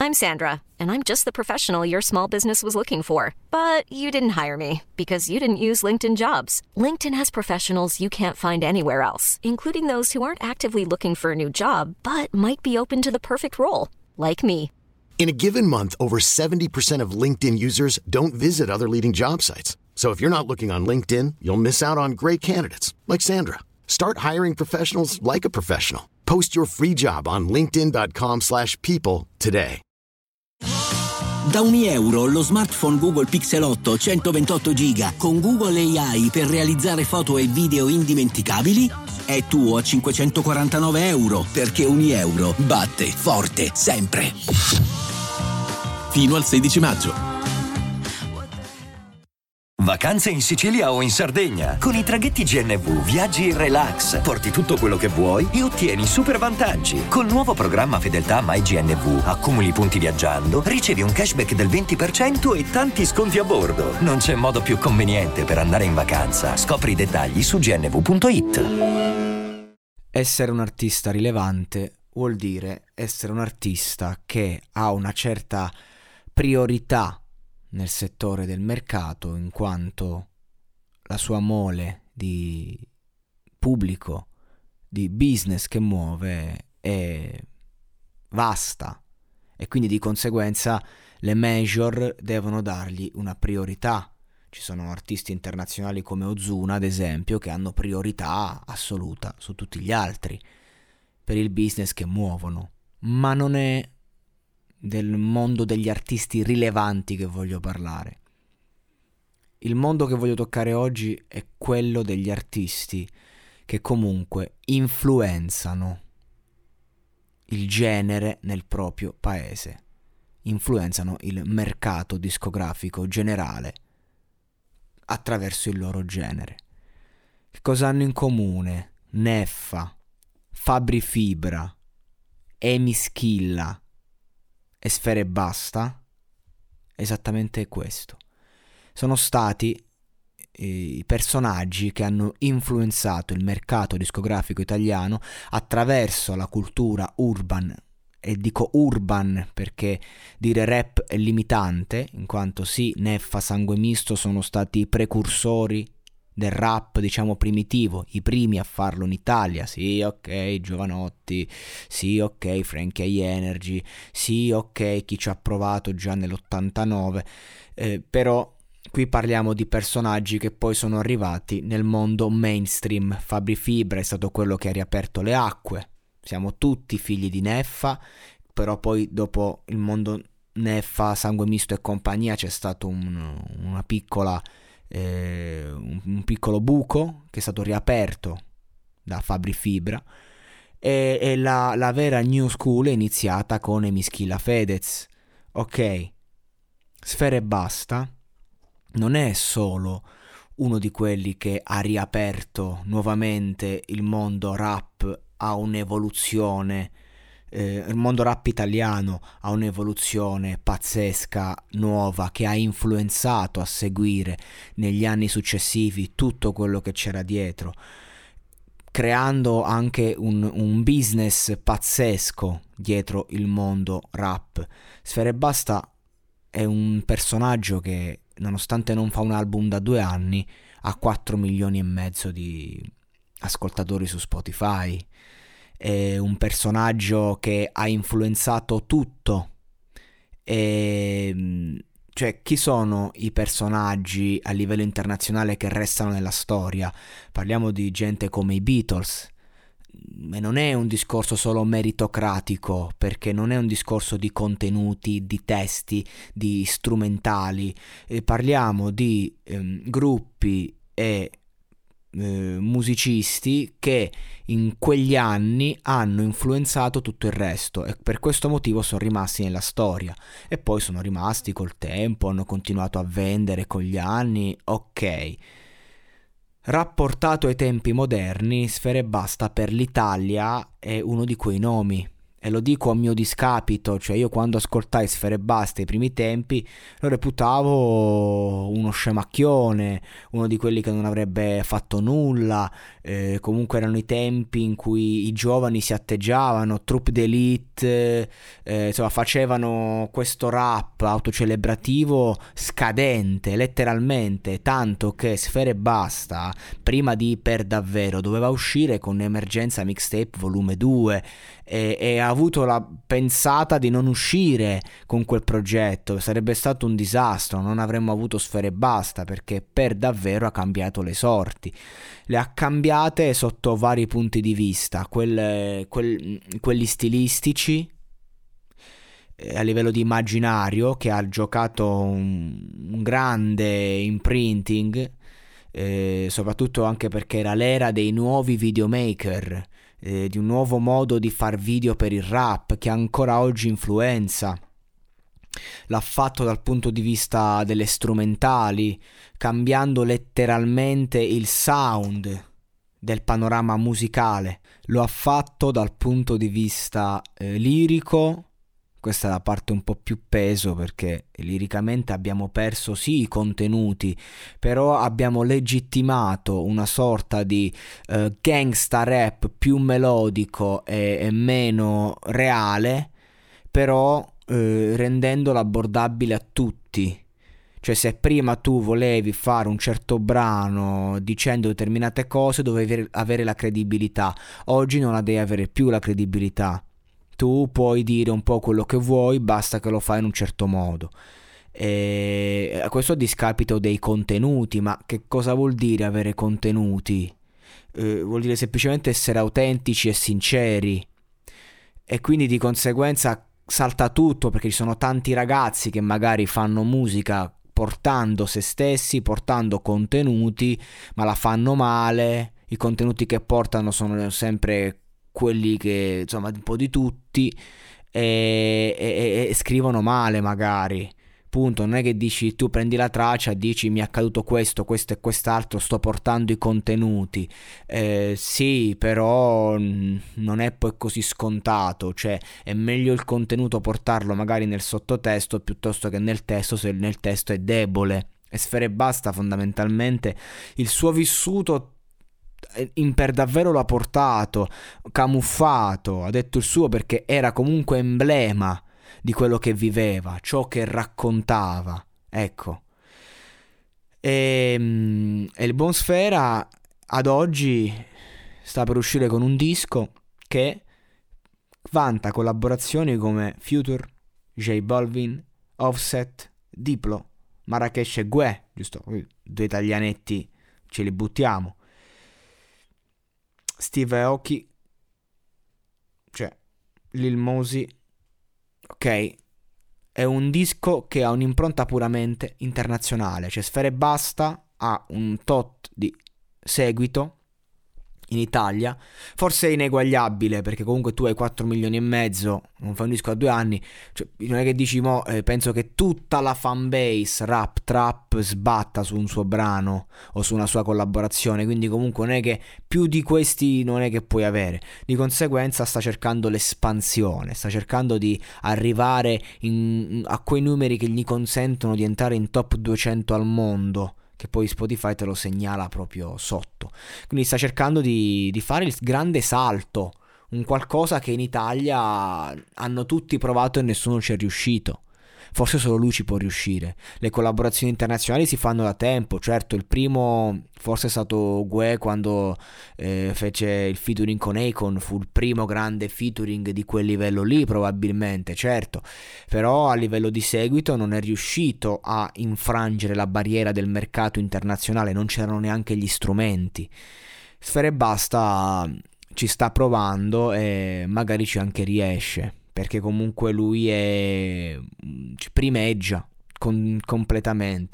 I'm Sandra, and I'm just the professional your small business was looking for. But you didn't hire me because you didn't use LinkedIn Jobs. LinkedIn has professionals you can't find anywhere else, including those who aren't actively looking for a new job, but might be open to the perfect role, like me. In a given month, over 70% of LinkedIn users don't visit other leading job sites. So if you're not looking on LinkedIn, you'll miss out on great candidates like Sandra. Start hiring professionals like a professional. Post your free job on linkedin.com/people today. Da €1 lo smartphone Google Pixel 8 128 GB con Google AI per realizzare foto e video indimenticabili è tuo a €549, perché €1 batte forte sempre. Fino al 16 maggio. Vacanze in Sicilia o in Sardegna. Con i traghetti GNV viaggi in relax, porti tutto quello che vuoi e ottieni super vantaggi. Col nuovo programma Fedeltà MyGNV accumuli punti viaggiando, ricevi un cashback del 20% e tanti sconti a bordo. Non c'è modo più conveniente per andare in vacanza. Scopri i dettagli su gnv.it. Essere un artista rilevante vuol dire essere un artista che ha una certa priorità nel settore del mercato, in quanto la sua mole di pubblico, di business che muove è vasta e quindi di conseguenza le major devono dargli una priorità. Ci sono artisti internazionali come Ozuna, ad esempio, che hanno priorità assoluta su tutti gli altri per il business che muovono, ma non è del mondo degli artisti rilevanti che voglio parlare. Il mondo che voglio toccare oggi è quello degli artisti che comunque influenzano il genere nel proprio paese, influenzano il mercato discografico generale attraverso il loro genere. Che cosa hanno in comune Neffa, Fabri Fibra, Emi Schilla e Sfera Ebbasta? Esattamente questo. Sono stati i personaggi che hanno influenzato il mercato discografico italiano attraverso la cultura urban, e dico urban perché dire rap è limitante, in quanto sì, Neffa, Sangue Misto sono stati i precursori del rap, diciamo, primitivo, i primi a farlo in Italia. Sì, ok, Giovanotti, sì, ok, Frankie High Energy, sì, ok, chi ci ha provato già nell'89, però qui parliamo di personaggi che poi sono arrivati nel mondo mainstream. Fabri Fibra è stato quello che ha riaperto le acque, siamo tutti figli di Neffa, però poi dopo il mondo Neffa, Sangue Misto e compagnia c'è stato una piccola un piccolo buco che è stato riaperto da Fabri Fibra, e la vera new school è iniziata con Emi Schilla Fedez. Ok, Sfera Ebbasta non è solo uno di quelli che ha riaperto nuovamente il mondo rap a un'evoluzione, il mondo rap italiano ha un'evoluzione pazzesca, nuova, che ha influenzato a seguire negli anni successivi tutto quello che c'era dietro, creando anche un business pazzesco dietro il mondo rap. Sfera Ebbasta è un personaggio che, nonostante non fa un album da 2 anni, ha 4,5 milioni di ascoltatori su Spotify. È un personaggio che ha influenzato tutto. Cioè, chi sono i personaggi a livello internazionale che restano nella storia? Parliamo di gente come i Beatles, e non è un discorso solo meritocratico, perché non è un discorso di contenuti, di testi, di strumentali. Parliamo di gruppi e musicisti che in quegli anni hanno influenzato tutto il resto, e per questo motivo sono rimasti nella storia, e poi sono rimasti col tempo, hanno continuato a vendere con gli anni. Ok, rapportato ai tempi moderni, Sfera Ebbasta per l'Italia è uno di quei nomi, e lo dico a mio discapito, cioè io quando ascoltai Sfera Ebbasta ai primi tempi lo reputavo uno scemacchione, uno di quelli che non avrebbe fatto nulla, comunque erano i tempi in cui i giovani si atteggiavano, troupe d'élite, insomma facevano questo rap autocelebrativo scadente, letteralmente, tanto che Sfera Ebbasta, prima di Per Davvero, doveva uscire con Emergenza Mixtape volume 2, e ha avuto la pensata di non uscire con quel progetto. Sarebbe stato un disastro, non avremmo avuto Sfera Ebbasta, perché Per Davvero ha cambiato le sorti, le ha cambiate sotto vari punti di vista, quelli stilistici, a livello di immaginario, che ha giocato un grande imprinting, soprattutto anche perché era l'era dei nuovi videomaker, di un nuovo modo di far video per il rap che ancora oggi influenza. L'ha fatto dal punto di vista delle strumentali, cambiando letteralmente il sound del panorama musicale. Lo ha fatto dal punto di vista lirico. Questa è la parte un po' più peso, perché liricamente abbiamo perso sì i contenuti, però abbiamo legittimato una sorta di gangsta rap più melodico e meno reale, però rendendolo abbordabile a tutti. Cioè, se prima tu volevi fare un certo brano dicendo determinate cose, dovevi avere la credibilità. Oggi non la devi avere più la credibilità. Tu puoi dire un po' quello che vuoi, basta che lo fai in un certo modo. E questo a discapito dei contenuti. Ma che cosa vuol dire avere contenuti? Vuol dire semplicemente essere autentici e sinceri, e quindi di conseguenza salta tutto, perché ci sono tanti ragazzi che magari fanno musica portando se stessi, portando contenuti, ma la fanno male. I contenuti che portano sono sempre quelli che, insomma, un po' di tutti, e scrivono male magari, punto. Non è che dici, tu prendi la traccia, dici mi è accaduto questo, questo e quest'altro, sto portando i contenuti. Sì, però non è poi così scontato. Cioè, è meglio il contenuto portarlo magari nel sottotesto piuttosto che nel testo, se nel testo è debole. E Sfera Ebbasta fondamentalmente il suo vissuto in Per Davvero l'ha portato, camuffato, ha detto il suo, perché era comunque emblema di quello che viveva, ciò che raccontava, ecco. E il buon Sfera ad oggi sta per uscire con un disco che vanta collaborazioni come Future, J Balvin, Offset, Diplo, Marracash e Guè, giusto? Due italianetti ce li buttiamo. Steve Aoki, cioè Lil Mosey. Ok, è un disco che ha un'impronta puramente internazionale. Cioè Sfera Ebbasta ha un tot di seguito in Italia, forse è ineguagliabile, perché comunque tu hai 4 milioni e mezzo, non fai un disco a 2 anni, cioè, non è che dici penso che tutta la fanbase rap trap sbatta su un suo brano o su una sua collaborazione, quindi comunque non è che più di questi non è che puoi avere. Di conseguenza sta cercando l'espansione, sta cercando di arrivare a quei numeri che gli consentono di entrare in top 200 al mondo, che poi Spotify te lo segnala proprio sotto. Quindi sta cercando di fare il grande salto, un qualcosa che in Italia hanno tutti provato e nessuno ci è riuscito. Forse solo lui ci può riuscire. Le collaborazioni internazionali si fanno da tempo. Certo, il primo forse è stato Guè, quando fece il featuring con Akon. Fu il primo grande featuring di quel livello lì, probabilmente, certo. Però a livello di seguito non è riuscito a infrangere la barriera del mercato internazionale. Non c'erano neanche gli strumenti. Sfera Ebbasta ci sta provando e magari ci anche riesce, perché comunque lui ci primeggia completamente.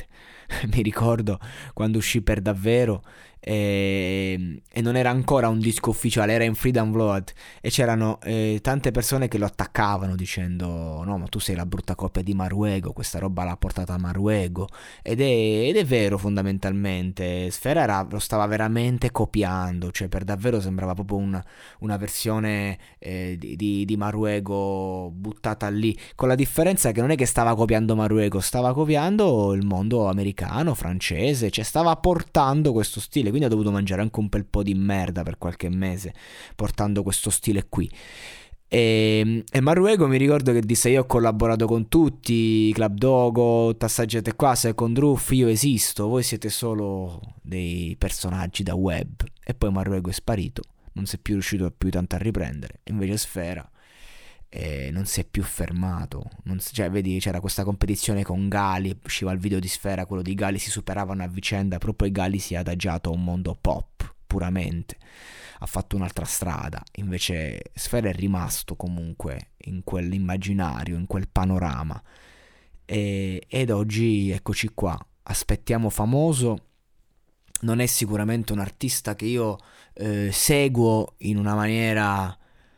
Mi ricordo quando uscì per davvero e non era ancora un disco ufficiale, era in free download e c'erano tante persone che lo attaccavano dicendo no, ma tu sei la brutta copia di Maruego, questa roba l'ha portata Maruego, ed è vero. Fondamentalmente Sfera lo stava veramente copiando, cioè per davvero sembrava proprio una versione di Maruego buttata lì, con la differenza che non è che stava copiando Maruego, stava copiando il mondo americano, francese, cioè stava portando questo stile, quindi ha dovuto mangiare anche un bel po' di merda per qualche mese portando questo stile qui. E Maruego mi ricordo che disse: io ho collaborato con tutti, Club Dogo, Tassaggiate qua, Second Roof, io esisto, voi siete solo dei personaggi da web. E poi Maruego è sparito, non si è più riuscito più tanto a riprendere. Invece Sfera non si è più fermato, cioè vedi, c'era questa competizione con Gali, usciva il video di Sfera, quello di Gali, si superavano a vicenda, però poi Gali si è adagiato a un mondo pop puramente, ha fatto un'altra strada. Invece Sfera è rimasto comunque in quell'immaginario, in quel panorama, ed oggi eccoci qua, aspettiamo famoso. Non è sicuramente un artista che io seguo in una maniera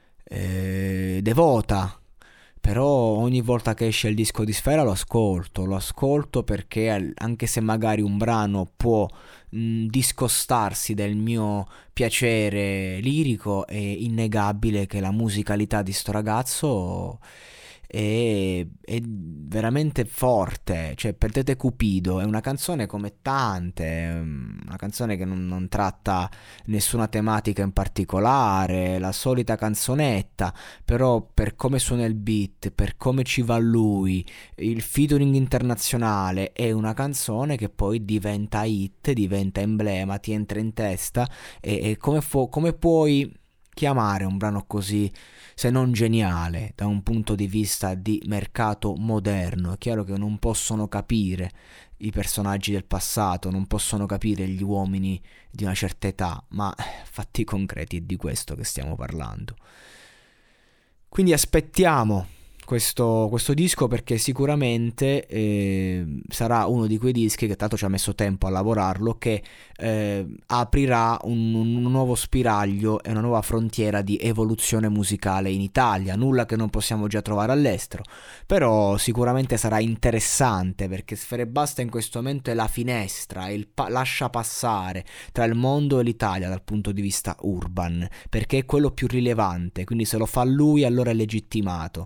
devota, però ogni volta che esce il disco di Sfera lo ascolto perché anche se magari un brano può discostarsi del mio piacere lirico, è innegabile che la musicalità di sto ragazzo è veramente forte. Cioè, perdete Cupido è una canzone come tante, una canzone che non tratta nessuna tematica in particolare, la solita canzonetta, però per come suona il beat, per come ci va lui, il featuring internazionale, è una canzone che poi diventa hit, diventa emblema, ti entra in testa. E come puoi chiamare un brano così se non geniale da un punto di vista di mercato moderno? È chiaro che non possono capire i personaggi del passato, non possono capire gli uomini di una certa età, ma fatti concreti è di questo che stiamo parlando. Quindi aspettiamo questo disco, perché sicuramente sarà uno di quei dischi che tanto ci ha messo tempo a lavorarlo, che aprirà un nuovo spiraglio e una nuova frontiera di evoluzione musicale in Italia, nulla che non possiamo già trovare all'estero, però sicuramente sarà interessante, perché Sfera Ebbasta in questo momento è la finestra, è il lascia passare tra il mondo e l'Italia dal punto di vista urban, perché è quello più rilevante, quindi se lo fa lui allora è legittimato.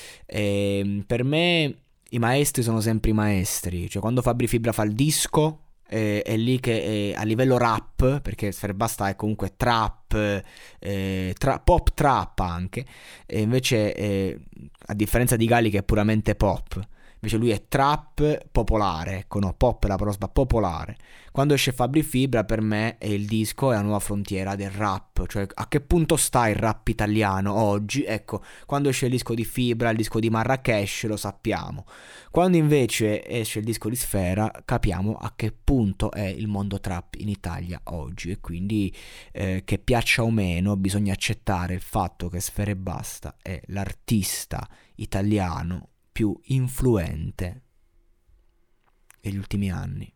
Per me i maestri sono sempre i maestri, cioè quando Fabri Fibra fa il disco è lì che a livello rap, perché Sfera Ebbasta è comunque trap, pop trap anche, e invece a differenza di Gali che è puramente pop, invece lui è trap popolare, ecco, no, pop è la parola popolare. Quando esce Fabri Fibra, per me è il disco, è la nuova frontiera del rap, cioè a che punto sta il rap italiano oggi? Ecco, quando esce il disco di Fibra, il disco di Marrakesh, lo sappiamo. Quando invece esce il disco di Sfera, capiamo a che punto è il mondo trap in Italia oggi, e quindi che piaccia o meno bisogna accettare il fatto che Sfera Ebbasta è l'artista italiano più influente degli ultimi anni.